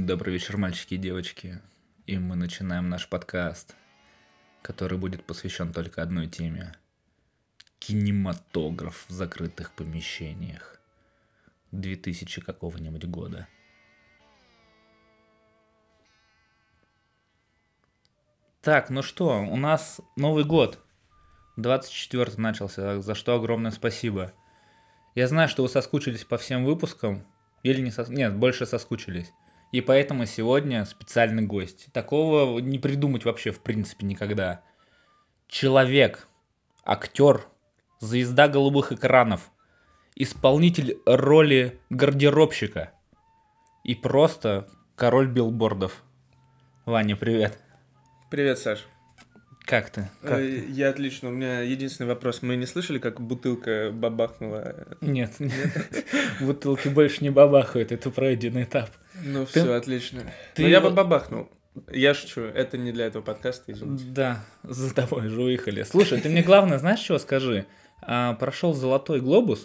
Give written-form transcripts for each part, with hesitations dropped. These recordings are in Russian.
добрый вечер, мальчики и девочки. И мы начинаем наш подкаст, который будет посвящен только одной теме. Кинематограф в закрытых помещениях 2000 какого-нибудь года. Так, ну что, у нас Новый год. 24-й начался, за что огромное спасибо. Я знаю, что вы соскучились по всем выпускам. Или не Нет, больше соскучились. И поэтому сегодня специальный гость. Такого не придумать вообще в принципе никогда. Человек, актер, звезда голубых экранов, исполнитель роли гардеробщика и просто король билбордов. Ваня, привет. Привет, Саш. Как ты? Я отлично. У меня единственный вопрос. Мы не слышали, как бутылка бабахнула? Нет. Бутылки больше не бабахают, это пройденный этап. Ну все, отлично. Но я бы бабахнул. Я шучу, это не для этого подкаста, извините. Да, за тобой же уехали. Слушай, ты мне главное, знаешь, чего скажи? Прошел «Золотой глобус»,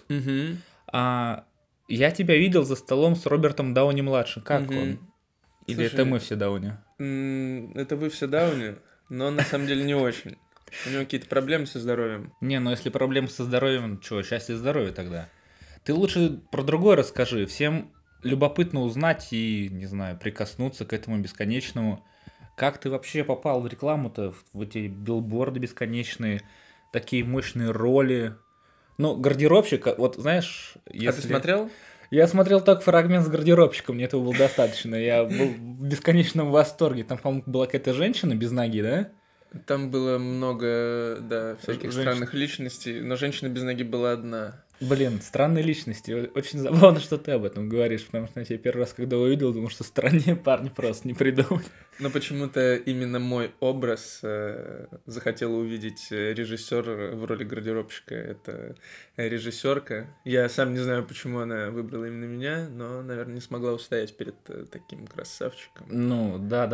я тебя видел за столом с Робертом Дауни-младшим. Как он? Или Слушай, это мы все Дауни? Это вы все Дауни, но на самом деле не очень. У него какие-то проблемы со здоровьем. Не, ну если проблемы со здоровьем, что, счастье и здоровье тогда? Ты лучше про другое расскажи. Всем любопытно узнать и, не знаю, прикоснуться к этому бесконечному. Как ты вообще попал в рекламу-то, в эти билборды бесконечные, такие мощные роли? Ну, гардеробщик, вот знаешь... А ты смотрел? Я смотрел только фрагмент с гардеробщиком, мне этого было достаточно. Я был в бесконечном восторге. Там, по-моему, была какая-то женщина без ноги, да? Там было много, да, всяких странных личностей, но женщина без ноги была одна. Блин, странные личности. Очень забавно, что ты об этом говоришь, потому что я тебя первый раз, когда увидел, думал, что страннее парни просто не придумать. Но почему-то именно мой образ захотел увидеть режиссер в роли гардеробщика. Это режиссерка. Я сам не знаю, почему она выбрала именно меня, но, наверное, не смогла устоять перед таким красавчиком. Ну, да.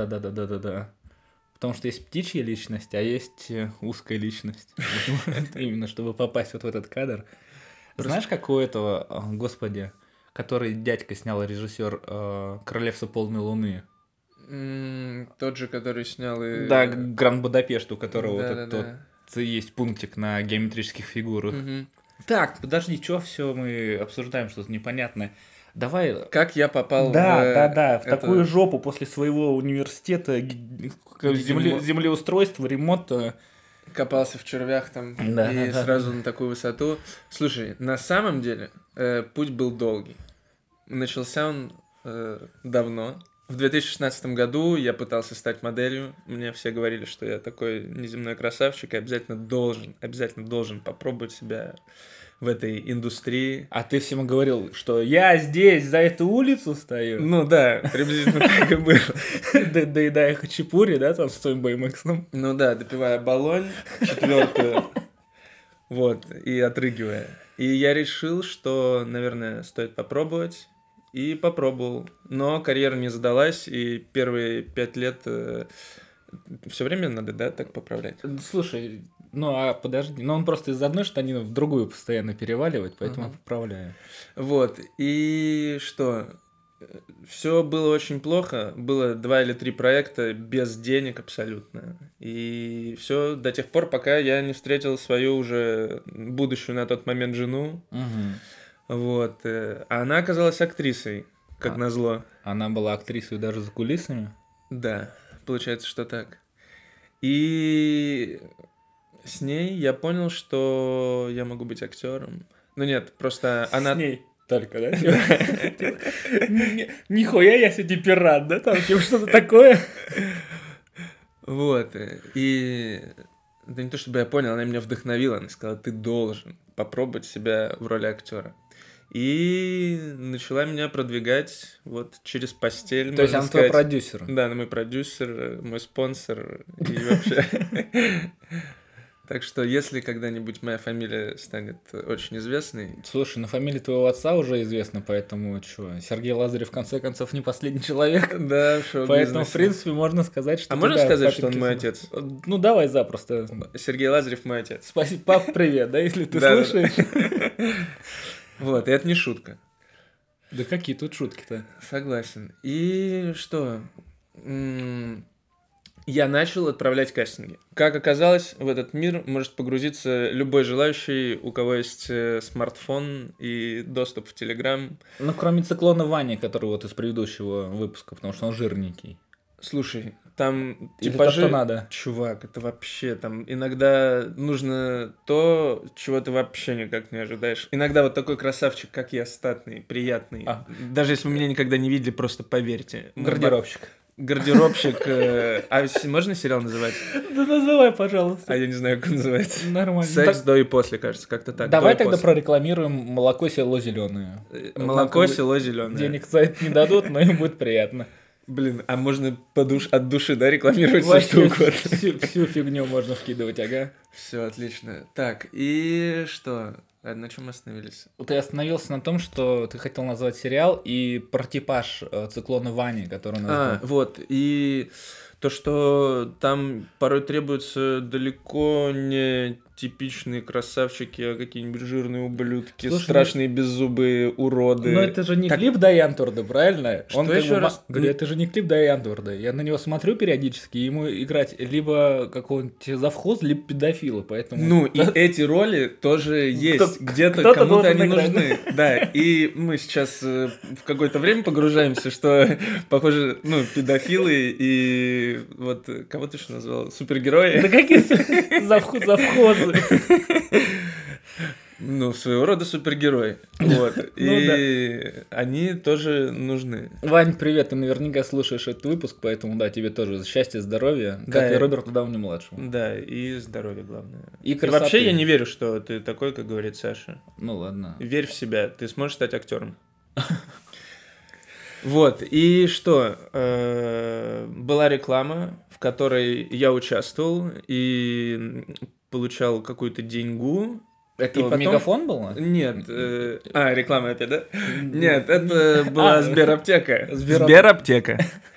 Потому что есть птичья личность, а есть узкая личность. Именно, чтобы попасть вот в этот кадр. Знаешь, как у этого, господи, который дядька снял, режиссер «Королевство полной луны»? Тот же, который снял и... Да, «Гранд Будапешт», у которого вот есть пунктик на геометрических фигурах. Так, подожди, что все мы обсуждаем, что-то непонятное. Давай... Как я попал в такую жопу после своего университета, землеустройства, ремонта. Копался в червях там сразу на такую высоту. Слушай, на самом деле путь был долгий. Начался он давно. В 2016 году я пытался стать моделью. Мне все говорили, что я такой неземной красавчик и обязательно должен попробовать себя в этой индустрии. А ты всем говорил, что я здесь, за эту улицу стою? Ну да, приблизительно так и было. Доедая хачапури, да, там с твоим BMX-ом? Ну да, допивая баллонь, 4-ю, вот, и отрыгивая. И я решил, что, наверное, стоит попробовать. И попробовал. Но карьера не задалась, и первые 5 лет все время надо, да, так поправлять? Слушай, подожди, он просто из одной штанины в другую постоянно переваливает, поэтому я поправляю. Вот, и что? Все было очень плохо, было 2 или 3 проекта без денег абсолютно. И все до тех пор, пока я не встретил свою уже будущую на тот момент жену. Вот. А она оказалась актрисой, как назло. Она была актрисой даже за кулисами? Да, получается, что так. И с ней я понял, что я могу быть актером. Ну нет, просто она... С ней только, да? Нихуя я сегодня пират, да? Там что-то такое? Вот. И... Да не то чтобы я понял, она меня вдохновила. Она сказала, ты должен попробовать себя в роли актера. И начала меня продвигать вот через постель. То есть она твой продюсер? Да, она мой продюсер, мой спонсор и вообще. Так что, если когда-нибудь моя фамилия станет очень известной... Слушай, ну фамилия твоего отца уже известна, поэтому что, Сергей Лазарев в конце концов не последний человек. Да, в шоу-бизнесе. Поэтому, в принципе, можно сказать, что... А можно сказать, что он мой отец? Ну, давай запросто. Сергей Лазарев мой отец. Спасибо, пап, привет, да, если ты слушаешь. Вот, и это не шутка. Да какие тут шутки-то? Согласен. И что? Я начал отправлять кастинги. Как оказалось, в этот мир может погрузиться любой желающий, у кого есть смартфон и доступ в Телеграм. Ну, кроме циклона Вани, который вот из предыдущего выпуска, потому что он жирненький. Слушай, там Или то, что надо. Чувак, это вообще там иногда нужно то, чего ты вообще никак не ожидаешь. Иногда вот такой красавчик, как я, статный, приятный. Даже если вы меня никогда не видели, просто поверьте. Гардеробщик. Гардеробщик. А можно сериал называть? Да называй, пожалуйста. А я не знаю, как называется. Нормально. Секс до и после, кажется, как-то так. Давай тогда прорекламируем молоко село зеленое. Молоко село зеленое. Денег за это не дадут, но им будет приятно. Блин, а можно от души, да, рекламировать все что угодно? Всю фигню можно вкидывать, ага. Все, отлично. Так, и что? На чем мы остановились? Ты остановился на том, что ты хотел назвать сериал и про типаж циклона Вани, который у нас был. Вот, и то, что там порой требуются далеко не типичные красавчики, а какие-нибудь жирные ублюдки, слушай, страшные беззубые уроды. Но это же не клип Дайан Турда, правильно? Что он еще раз? Говорю, это же не клип Дайан Турда. Я на него смотрю периодически, и ему играть либо какого-нибудь завхоз, либо педофила, поэтому... Ну, и эти роли тоже есть. Где-то кому-то они нужны. Да, и мы сейчас в какое-то время погружаемся, что, похоже, педофилы и вот, кого ты что назвал? Супергерои? Да какие завхозы? Ну, своего рода супергерой. Вот. И они тоже нужны. Вань, привет, ты наверняка слушаешь этот выпуск, поэтому, да, тебе тоже счастья, здоровья, как и Роберту Дауни-младшему. Да, и здоровья, главное. И вообще я не верю, что ты такой, как говорит Саша. Ну, ладно. Верь в себя, ты сможешь стать актером. Вот, и что? Была реклама, в которой я участвовал и получал какую-то деньгу. Это потом... Мегафон был? Нет. Реклама опять, да? Нет, это была Сбераптека. Сбераптека.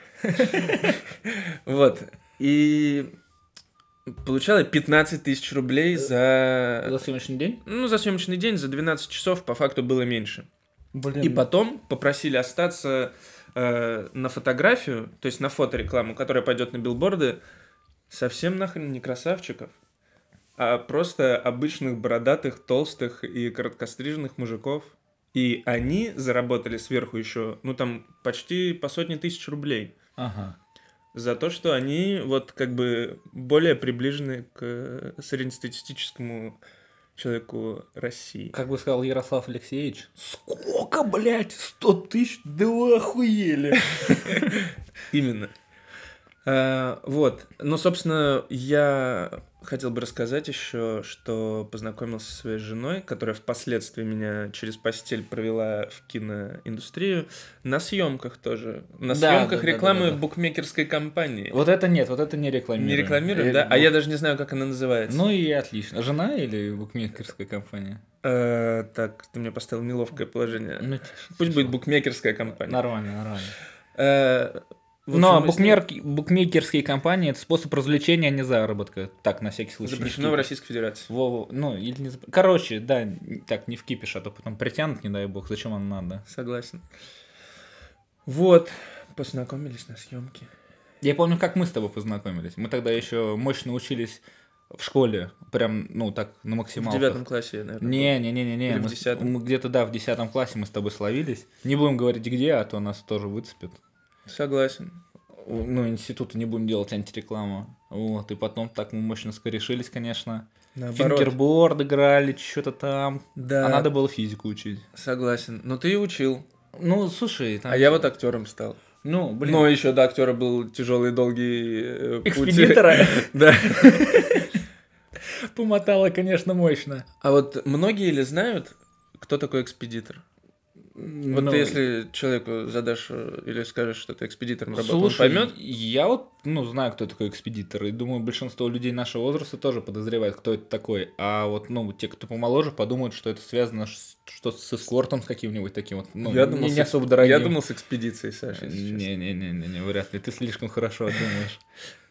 Вот. И получала 15 тысяч рублей за... За съемочный день? Ну, за съемочный день, за 12 часов по факту было меньше. Блин. И потом попросили остаться на фотографию, то есть на фоторекламу, которая пойдет на билборды, совсем нахрен не красавчиков, а просто обычных бородатых, толстых и короткостриженных мужиков. И они заработали сверху еще, там почти по 100 000 рублей. Ага. За то, что они вот как бы более приближены к среднестатистическому человеку России. Как бы сказал Ярослав Алексеевич, сколько, блядь, 100 000? Да вы охуели. Именно. Вот. Но, собственно, я хотел бы рассказать еще, что познакомился со своей женой, которая впоследствии меня через постель провела в киноиндустрию, на съемках тоже. На съемках рекламы букмекерской компании. Вот это нет, вот это не рекламируем. Не рекламируем, да? А я даже не знаю, как она называется. Ну и отлично. Жена или букмекерская компания? Так, ты мне поставил неловкое положение. Пусть будет букмекерская компания. Нормально. Но букмекерские компании — это способ развлечения, а не заработка. Так, на всякий случай. Запрещено в Российской Федерации. Или не короче, да, так, не вкипишь, а то потом притянут, не дай бог, зачем оно надо. Согласен. Вот, познакомились на съемке. Я помню, как мы с тобой познакомились. Мы тогда еще мощно учились в школе, прям, так, на максималках. В 9 классе, наверное. Не. Или в 10? Мы где-то, да, в 10 классе мы с тобой словились. Не будем говорить где, а то нас тоже выцепят. Согласен. Института не будем делать антирекламу. Вот, и потом так мы мощно скорешились, конечно. Наоборот. Фингерборд играли, что-то там. Да. А надо было физику учить. Согласен. Но ты и учил. Слушай... А я вот актером стал. Но еще до актера был тяжелый и долгий путь. Экспедитора. Да. Помотало, конечно, мощно. А вот многие ли знают, кто такой экспедитор? Вот ты, если человеку задашь или скажешь, что ты экспедитором работал, он поймет? Я вот, знаю, кто такой экспедитор, и думаю, большинство людей нашего возраста тоже подозревают, кто это такой. А вот, те, кто помоложе, подумают, что это связано что-то с эскортом с каким-нибудь таким вот, не особо дорогим. Я думал, с экспедицией, Саша. Не, вряд ли, ты слишком хорошо думаешь.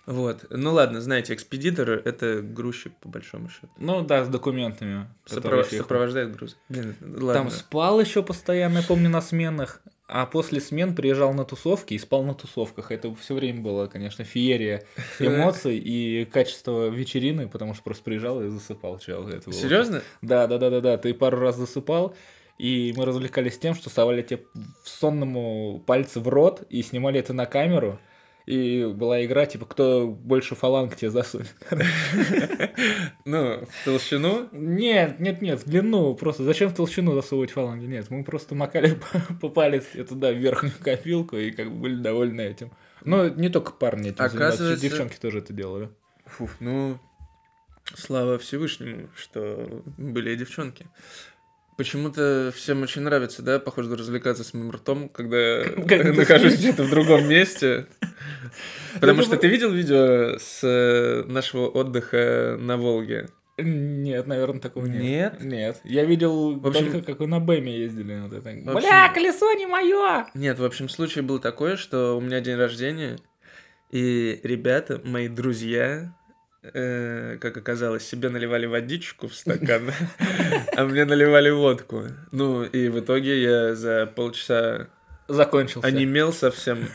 Вот. Ну ладно, знаете, экспедитор — это грузчик, по большому счету. Ну да, с документами. Сопровождает груз. Блин, ладно. Там спал еще постоянно, я помню, на сменах. А после смен приезжал на тусовки и спал на тусовках. Это все время было, конечно, феерия эмоций и качество вечерины, потому что просто приезжал и засыпал. Серьезно? Да. Ты пару раз засыпал, и мы развлекались тем, что совали тебе в сонному пальцы в рот и снимали это на камеру. И была игра, типа, кто больше фаланг тебе засунет. Ну, в толщину? Нет, в длину. Просто зачем в толщину засовывать фаланги? Нет, мы просто макали по палец туда в верхнюю копилку и как бы были довольны этим. Но не только парни этим занимаются, девчонки тоже это делали. Фух, ну, слава Всевышнему, что были и девчонки. Почему-то всем очень нравится, да, похоже, развлекаться с моим ртом, когда я нахожусь где-то в другом месте. Потому что ты видел видео с нашего отдыха на Волге? Нет, наверное, такого нет. Нет? Я видел только, как вы на БЭМе ездили. Бля, колесо не мое! Нет, в общем, случай был такой, что у меня день рождения, и ребята, мои друзья, как оказалось, себе наливали водичку в стакан, а мне наливали водку. Ну, и в итоге я за полчаса закончился. Онемел совсем.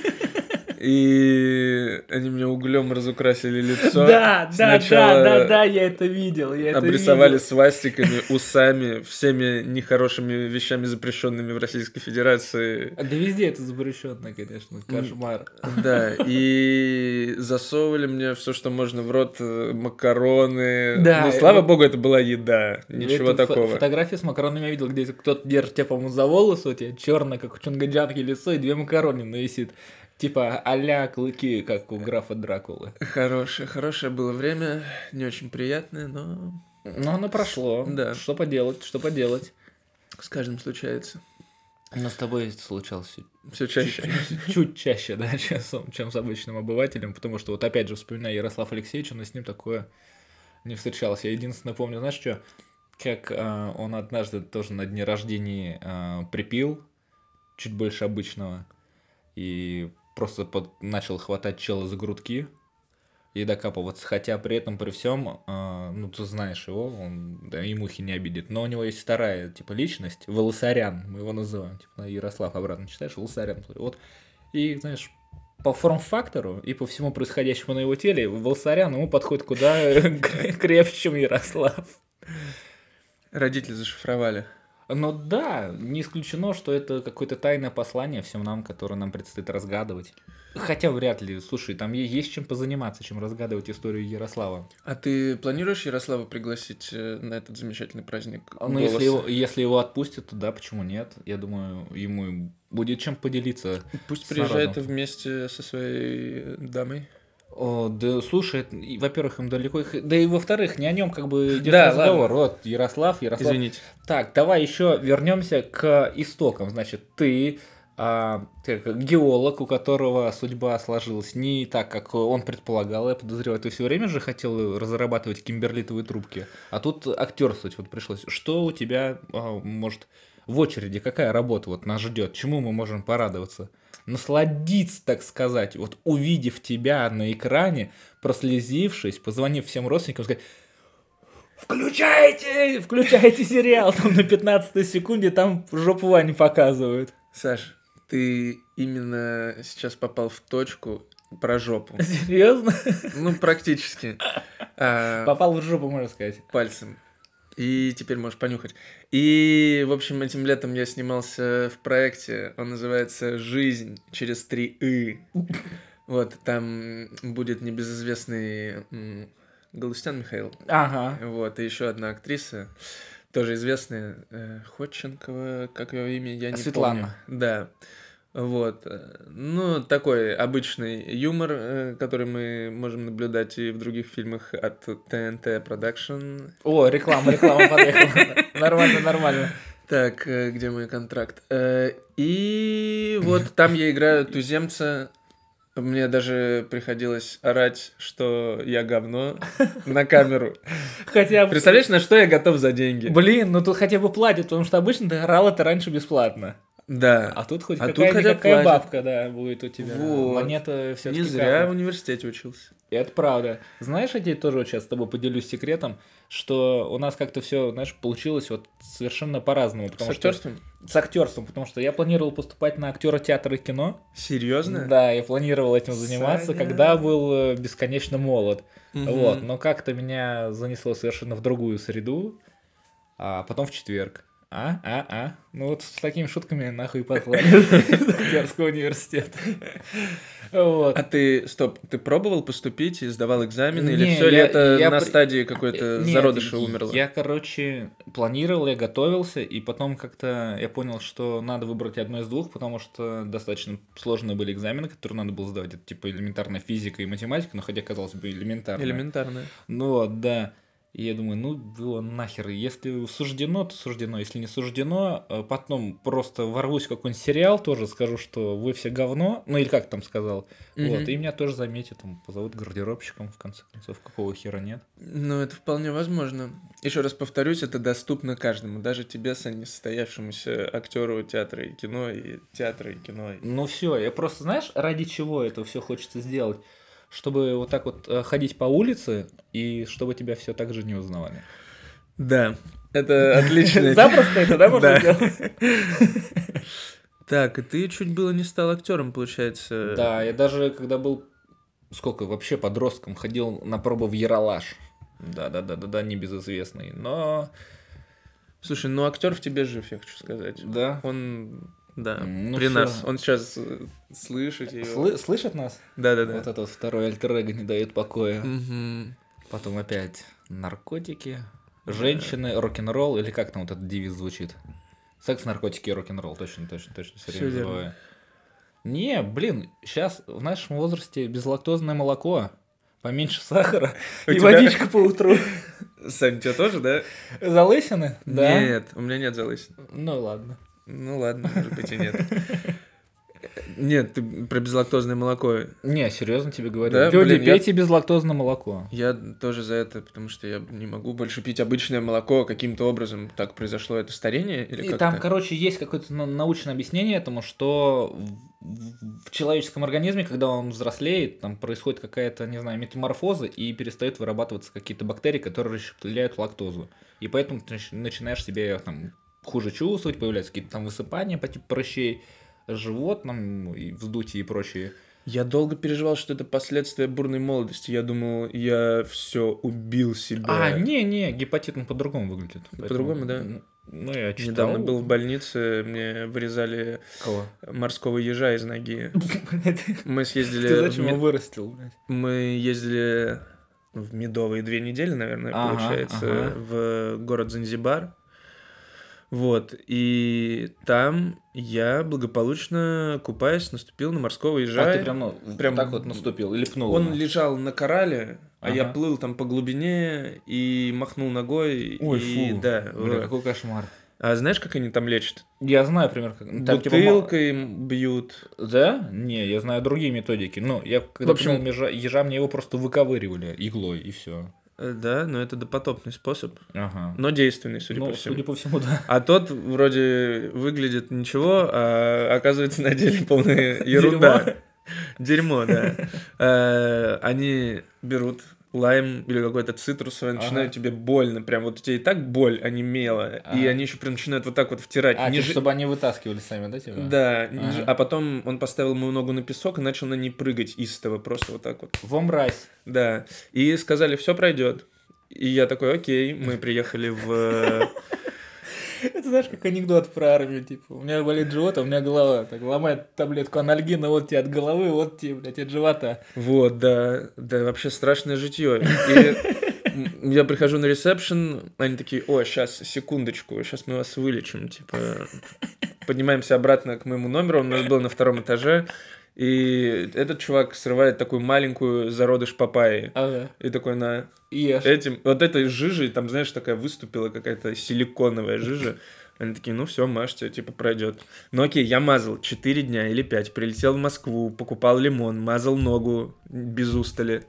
И они мне углем разукрасили лицо. Да, я это видел. Обрисовали свастиками, усами, всеми нехорошими вещами, запрещенными в Российской Федерации. Да везде это запрещенно, конечно, кошмар. Да, и засовывали мне все, что можно в рот, макароны. Да, но, слава богу, это была еда, ничего такого. Фотографии с макаронами я видел, где кто-то держит тебя, по-моему, за волосы, у тебя черное, как у Чунгаджанки лицо, и 2 макаронины висит. Типа а-ля клыки, как у графа Дракулы. Хорошее было время, не очень приятное, но... Но оно прошло. Да. Что поделать? С каждым случается. Но с тобой это случалось все чаще. Чуть чаще, да, чем с обычным обывателем, потому что вот опять же вспоминаю Ярослав Алексеевич, но с ним такое не встречалось. Я единственное помню, знаешь что, как он однажды тоже на дне рождения припил, чуть больше обычного, и просто начал хватать чела за грудки и докапываться. Хотя при этом, при всем, ну, ты знаешь его, он да, и мухи не обидит. Но у него есть вторая, типа, личность, Волосарян, мы его называем. Типа, Ярослав обратно читаешь, Волосарян. Вот. И, знаешь, по форм-фактору и по всему происходящему на его теле, Волосарян ему подходит куда крепче, чем Ярослав. Родители зашифровали. Ну да, не исключено, что это какое-то тайное послание всем нам, которое нам предстоит разгадывать. Хотя вряд ли. Слушай, там есть чем позаниматься, чем разгадывать историю Ярослава. А ты планируешь Ярослава пригласить на этот замечательный праздник? Ну, если его отпустят, то да, почему нет? Я думаю, ему будет чем поделиться. Пусть приезжает вместе со своей дамой. О, да, слушай, во-первых, им далеко, да и во-вторых, не о нем как бы идет разговор. Ладно. Вот, Ярослав. Извините. Так, давай еще вернемся к истокам. Значит, ты геолог, у которого судьба сложилась не так, как он предполагал, я подозреваю, ты все время же хотел разрабатывать кимберлитовые трубки, а тут актерствовать вот пришлось. Что у тебя, может, в очереди, какая работа вот нас ждет, чему мы можем порадоваться? Насладиться, так сказать, вот увидев тебя на экране, прослезившись, позвонив всем родственникам, сказать: включайте сериал, там на 15 секунде там жопу Вани показывают. Саш, ты именно сейчас попал в точку про жопу. Серьезно? Ну, практически. Попал в жопу, можно сказать. Пальцем. И теперь можешь понюхать. И, в общем, этим летом я снимался в проекте. Он называется «Жизнь через 3 «ы». Вот, там будет небезызвестный Галустян Михаил. Ага. Вот, и еще одна актриса, тоже известная, Ходченкова, как ее имя, я не Светлана. помню. Да. Вот. Ну, такой обычный юмор, который мы можем наблюдать и в других фильмах от ТНТ Продакшн. О, реклама подъехала. Нормально. Так, где мой контракт? И вот там я играю туземца. Мне даже приходилось орать, что я говно на камеру. Представляешь, на что я готов за деньги? Блин, ну тут хотя бы платят, потому что обычно ты орал это раньше бесплатно. Да. А тут хоть А тут хотя какая-никакая платят. бабка, да, будет у тебя. Вот. Монета все-таки Не зря в университете учился. Это правда. Знаешь, я тебе тоже вот сейчас с тобой поделюсь секретом, что у нас как-то все, знаешь, получилось вот совершенно по-разному. С Потому что актерством? с актерством, потому что я планировал поступать на актера театра и кино. Серьезно? Да, я планировал этим заниматься, Саня. когда был бесконечно молод. Мгм. Вот, но как-то меня занесло совершенно в другую среду, а потом в четверг. Ну вот с такими шутками нахуй послали из актерского университета. Вот. А ты пробовал поступить и сдавал экзамены? Или Не, все ли это я на при- стадии какой-то Нет, зародыша умерло? Я, короче, планировал, я готовился, и потом как-то я понял, что надо выбрать одно из двух, потому что достаточно сложные были экзамены, которые надо было сдавать. Это типа элементарная физика и математика, но хотя, казалось бы, элементарная. Элементарно. Ну вот, да. И я думаю, ну его нахер, если суждено, то суждено, если не суждено, потом просто ворвусь в какой-нибудь сериал, тоже скажу, что вы все говно, ну или как там сказал, вот, и меня тоже заметят, там, позовут гардеробщиком, в конце концов, какого хера нет. Ну, это вполне возможно. Еще раз повторюсь, это доступно каждому, даже тебе, несостоявшемуся актеру театра и кино, и театра и кино. Ну все, я просто, знаешь, ради чего это все хочется сделать? Чтобы вот так вот ходить по улице, и чтобы тебя все так же не узнавали. Да, это отлично. Запросто это, да, можно Да. сделать? Так, и ты чуть было не стал актером, получается. Да, я даже когда был, сколько, вообще подростком, ходил на пробу в Ералаш. Да, небезызвестный. Но, Слушай, ну актер в тебе жив, я хочу сказать. да. Он, да, Ну при всё. нас. Он сейчас слышит его. Слышат нас? Да-да-да. Вот этот второй альтер-эго не дает покоя. Мгм. Потом опять наркотики, женщины, рок-н-ролл, или как там вот этот девиз звучит? Секс, наркотики и рок-н-ролл, точно, все Всё время верно. забываю. Не, блин, сейчас в нашем возрасте безлактозное молоко, поменьше сахара У и тебя- водичка по утру. Сань, у тебя тоже, да? Залысины? Да. Нет, у меня нет залысин. Ну ладно. Ну ладно, может быть и нет. Нет, ты про безлактозное молоко. Не, серьезно тебе говорю. Да, Люди, блин, я- пейте безлактозное молоко. Я тоже за это, потому что я не могу больше пить обычное молоко. Каким-то образом так произошло это старение или И как-то? там, короче, есть какое-то научное объяснение этому, что в человеческом организме, когда он взрослеет, там происходит какая-то, не знаю, метаморфоза, и перестают вырабатываться какие-то бактерии, которые расщепляют лактозу. И поэтому ты начинаешь себя там хуже чувствовать, появляются какие-то там высыпания по типу прыщей, живот, там, и вздутие и прочее. Я долго переживал, что это последствия бурной молодости. Я думал, я все убил себя. Не, гепатит он по-другому выглядит. По-другому, да? Ну, я читал. Недавно был в больнице, мне вырезали Кого? морского ежа из ноги. Мы съездили... Ты в зачем его вырастил, блядь? Мы ездили в медовые 2 недели, наверное, Ага, получается, ага. в город Занзибар. Вот, и там я благополучно, купаясь, наступил на морского ежа. А ты прям, ну, Прям так вот наступил или пнул Он его? лежал на корале, а я Ага. плыл там по глубине и махнул ногой. Ой, и, фу. да, Бля, вот. какой кошмар. А знаешь, как они там лечат? Я знаю пример, как... Там, типа, Бутылкой бьют. Да? Не, я знаю другие методики. Ну, я когда В общем- пнул ежа, мне его просто выковыривали иглой, и все. Да, но это допотопный способ, Ага. но действенный, судя Ну, по всему. судя по всему, да. А тот вроде выглядит ничего, а оказывается на деле полная ерунда. Дерьмо, да. Они берут лайм или какой-то цитрусовый, начинают тебе больно. Прям вот у тебя и так боль онемела. И Ага. они еще прям начинают вот так вот втирать. Типа, чтобы они вытаскивали сами, да, тебя? Да, Ага. а потом он поставил мою ногу на песок и начал на ней прыгать истово, просто вот так вот. Во мразь. Да. И сказали, все пройдет. И я такой, окей, мы приехали в... Это знаешь, как анекдот про армию, типа, у меня болит живот, а у меня голова, так, ломает таблетку анальгина, вот тебе от головы, вот тебе, блядь, от живота. Вот, да, вообще страшное житье. И я прихожу на ресепшн, они такие, о, сейчас, секундочку, сейчас мы вас вылечим, типа, поднимаемся обратно к моему номеру, он у нас был на 2-м этаже, и этот чувак срывает такую маленькую зародыш папайи, Ага. и такой на Ешь. этим, вот этой жижей, там, знаешь, такая выступила какая-то силиконовая жижа. Они такие, ну все, мажьте, типа пройдет. Ну окей, я мазал 4 дня или 5, прилетел в Москву, покупал лимон, мазал ногу без устали.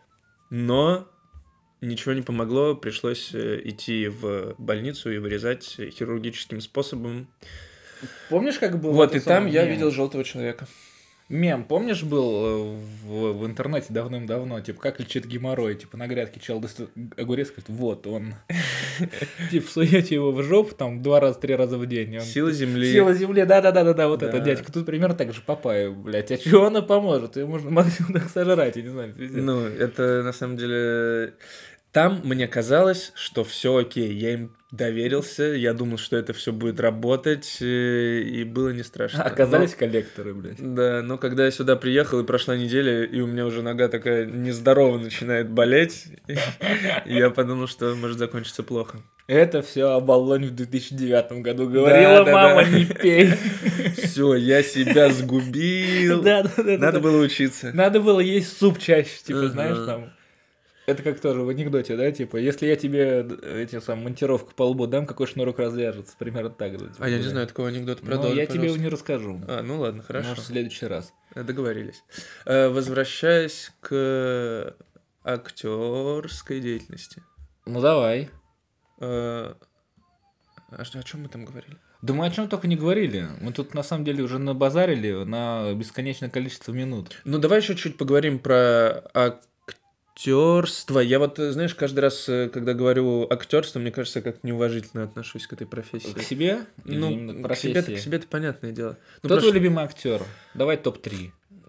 Но ничего не помогло, пришлось идти в больницу и вырезать хирургическим способом Помнишь, как был... Вот, и там я видел желтого человека. Мем, помнишь, был в интернете давным-давно, типа, как лечит геморрой, типа, на грядке чел достает огурец, говорит, вот он. Типа, суете его в жопу, там, 2-3 раза в день. Сила земли. Сила земли, да-да-да, вот это, дядька. Тут примерно так же Папайя, блядь. А чего она поможет? Ее можно максимум так сожрать, я не знаю, пиздец. Ну, это, на самом деле... Там мне казалось, что все окей, я им доверился, я думал, что это все будет работать, и было не страшно. Оказались коллекторы, блядь. Да, но когда я сюда приехал, и прошла неделя, и у меня уже нога такая нездорово начинает болеть, я подумал, что может закончиться плохо. Это все Оболонь в 2009 году говорила, мама, не пей. Все, я себя сгубил. Надо было учиться. Надо было есть суп чаще, типа, знаешь, там... Это как тоже в анекдоте, да, типа, если я тебе монтировку по лбу дам, какой шнурок развяжется, примерно так. Да, типа, я не знаю такого анекдота, продолжи, я тебе его не расскажу. Ну ладно, хорошо. Может, в следующий раз. Договорились. Возвращаясь к актерской деятельности. Ну, давай. О чем мы там говорили? Да мы о чем только не говорили. Мы тут на самом деле уже набазарили на бесконечное количество минут. Ну, давай еще чуть поговорим про актерство. Я вот, знаешь, каждый раз, когда говорю актерство, мне кажется, я как неуважительно отношусь к этой профессии. К себе? Ну, к себе-то понятное дело. Кто твой любимый актер? Давай топ-3.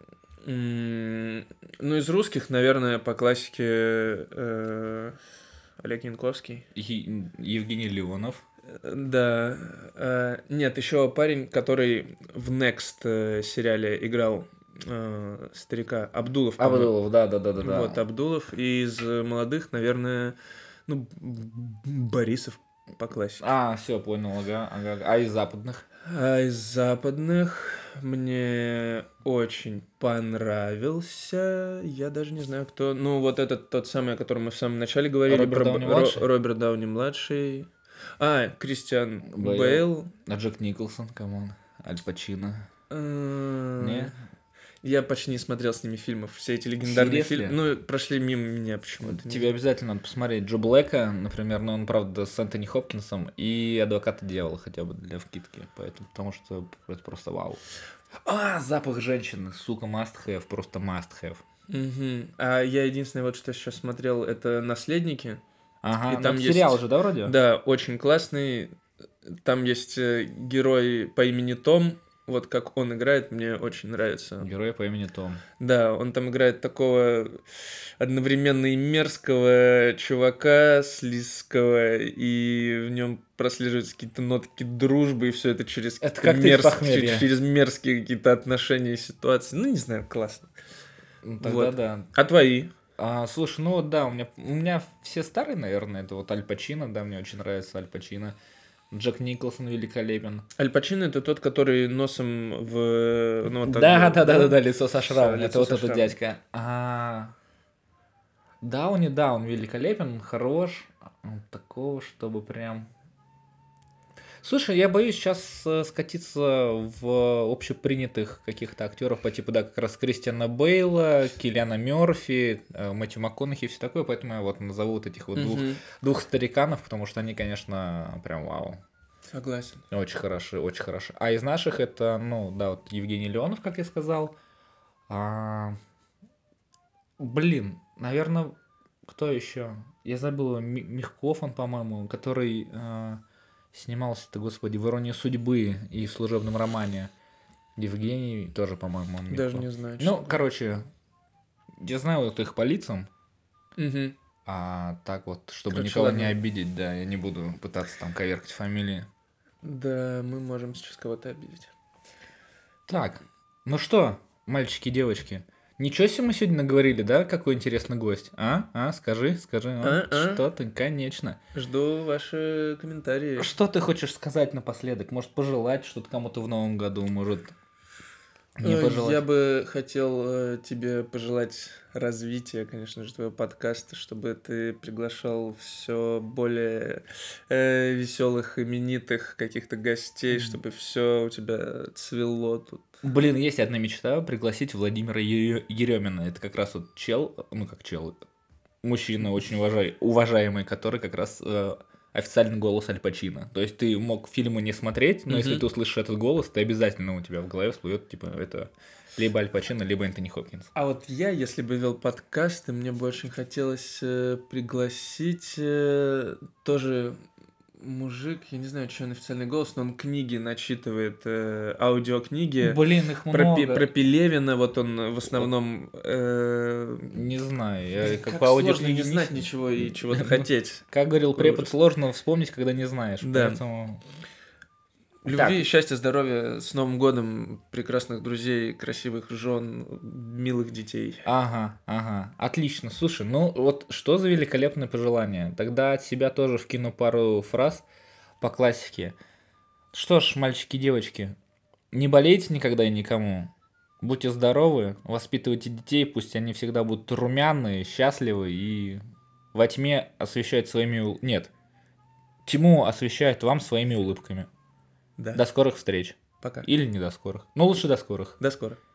Ну, из русских, наверное, по классике Олег Янковский. Евгений Леонов. Да. Нет, еще парень, который в Next сериале играл старика. Абдулов. Абдулов, да. Вот, Абдулов. И из молодых, наверное, ну, Борисов по классике. Все, понял, ага. А из западных? А из западных мне очень понравился. Я даже не знаю, кто. Ну, вот этот тот самый, о котором мы в самом начале говорили. Роберт Дауни-младший. Кристиан Бейл. А Джек Николсон, камон. Аль Пачино. Не? Я почти не смотрел с ними фильмов. Все эти легендарные фильмы. Ну, прошли мимо меня почему-то. Тебе обязательно надо посмотреть Джо Блэка, например, но он, правда, с Энтони Хопкинсом, и Адвоката Дьявола хотя бы для вкидки. Потому что это просто вау. Запах женщины, сука, must have, просто must have. А я единственное, вот что сейчас смотрел, это «Наследники». Ага, и там есть... сериал же, да, вроде? Да, очень классный. Там есть герой по имени Том. Вот как он играет, мне очень нравится. Герой по имени Том. Да, он там играет такого одновременно и мерзкого чувака, слизкого, и в нем прослеживаются какие-то нотки дружбы, и все это через через мерзкие какие-то отношения и ситуации. Ну, не знаю, классно. Тогда вот. Да. А твои? Слушай, ну да, у меня все старые, наверное, это вот Аль Пачино, да, мне очень нравится Аль Пачино. Джек Николсон великолепен. Аль Пачино — это тот, который носом в... Ну, вот да, лицо со шрамом. Это вот этот дядька. Дауни, да, он великолепен, он хорош. Такого, чтобы прям... Слушай, я боюсь сейчас скатиться в общепринятых каких-то актеров по типу, да, как раз Кристиана Бейла, Киллиана Мерфи, Мэтью МакКонахи и все такое, поэтому я вот назову вот этих вот двух стариканов, потому что они, конечно, прям вау. Согласен. Очень хороши, очень хороши. А из наших это, ну, да, вот Евгений Леонов, как я сказал. Блин, наверное, кто еще? Я забыл, Мягков он, по-моему, который... Снимался-то, господи, в «Иронии судьбы» и в «Служебном романе». Евгений тоже, по-моему, он даже не знаю. Ну, короче, я знаю вот их по лицам. А так вот, чтобы никого не обидеть, да, я не буду пытаться там коверкать фамилии. Да, мы можем сейчас кого-то обидеть. Так, ну что, мальчики и девочки, ничего себе мы сегодня наговорили, да? Какой интересный гость. Скажи. Что ты, конечно. Жду ваши комментарии. Что ты хочешь сказать напоследок? Может, пожелать что-то кому-то в новом году? Может, не пожелать? Я бы хотел тебе пожелать развития, конечно же, твоего подкаста, чтобы ты приглашал все более веселых, именитых каких-то гостей, чтобы все у тебя цвело тут. Блин, есть одна мечта — пригласить Владимира Еремина. Это как раз вот чел, мужчина очень уважаемый, который как раз официальный голос Аль Пачино. То есть ты мог фильмы не смотреть, но если ты услышишь этот голос, ты обязательно у тебя в голове всплывет, типа, это либо Аль Пачино, либо Энтони Хопкинс. А вот я, если бы вел подкаст, мне бы очень хотелось пригласить тоже мужик, я не знаю, что он официальный голос, но он книги начитывает, аудиокниги. Блин, их много. Про Пелевина, вот он в основном... Не знаю, я как по сложно аудиокниге не знать ничего и чего-то хотеть. Как говорил препод, сложно вспомнить, когда не знаешь. Да. Поэтому... Любви, счастья, здоровья, с Новым годом, прекрасных друзей, красивых жен, милых детей. Ага. Отлично. Слушай, ну вот что за великолепное пожелание. Тогда от себя тоже вкину пару фраз по классике. Что ж, мальчики и девочки, не болейте никогда и никому. Будьте здоровы, воспитывайте детей, пусть они всегда будут румяные, счастливы и во тьме освещают своими... Нет, тьму освещают вам своими улыбками. Да. До скорых встреч. Пока. Или не до скорых. Ну, лучше до скорых. До скорых.